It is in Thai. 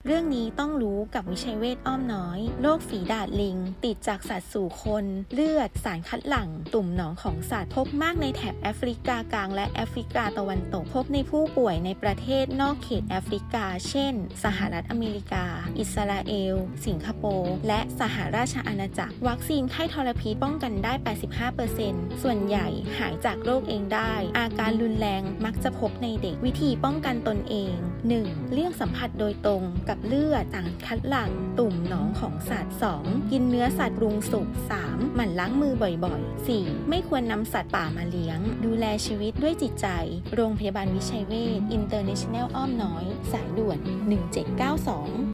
เรื่องนี้ต้องรู้กับวิชัยเวชอ้อมน้อยโรคฝีดาษลิงติดจากสัตว์สู่คนเลือดสารคัดหลั่งตุ่มหนองของสัตว์พบมากในแถบแอฟริกากลางและแอฟริกาตะวันตกพบในผู้ป่วยในประเทศนอกเขตแอฟริกาเช่นสหรัฐอเมริกาอิสราเอลสิงคโปร์และสหราชอาณาจักรวัคซีนไข้ทรพิษป้องกันได้ 85% ส่วนใหญ่หายจากโรคเองได้อาการรุนแรงมักจะพบในเด็กวิธีป้องกันตนเอง 1. เลี่ยงสัมผัสโดยตรงกับเลือดสารคัดหลั่งตุ่มหนองของสัตว์ 2. กินเนื้อสัตว์ปรุงสุก 3. หมั่นล้างมือบ่อยๆ 4. ไม่ควรนำสัตว์ป่ามาเลี้ยงดูแลชีวิตด้วยจิตใจโรงพยาบาลวิชัยเวช International อ้อมน้อยสายด่วน1792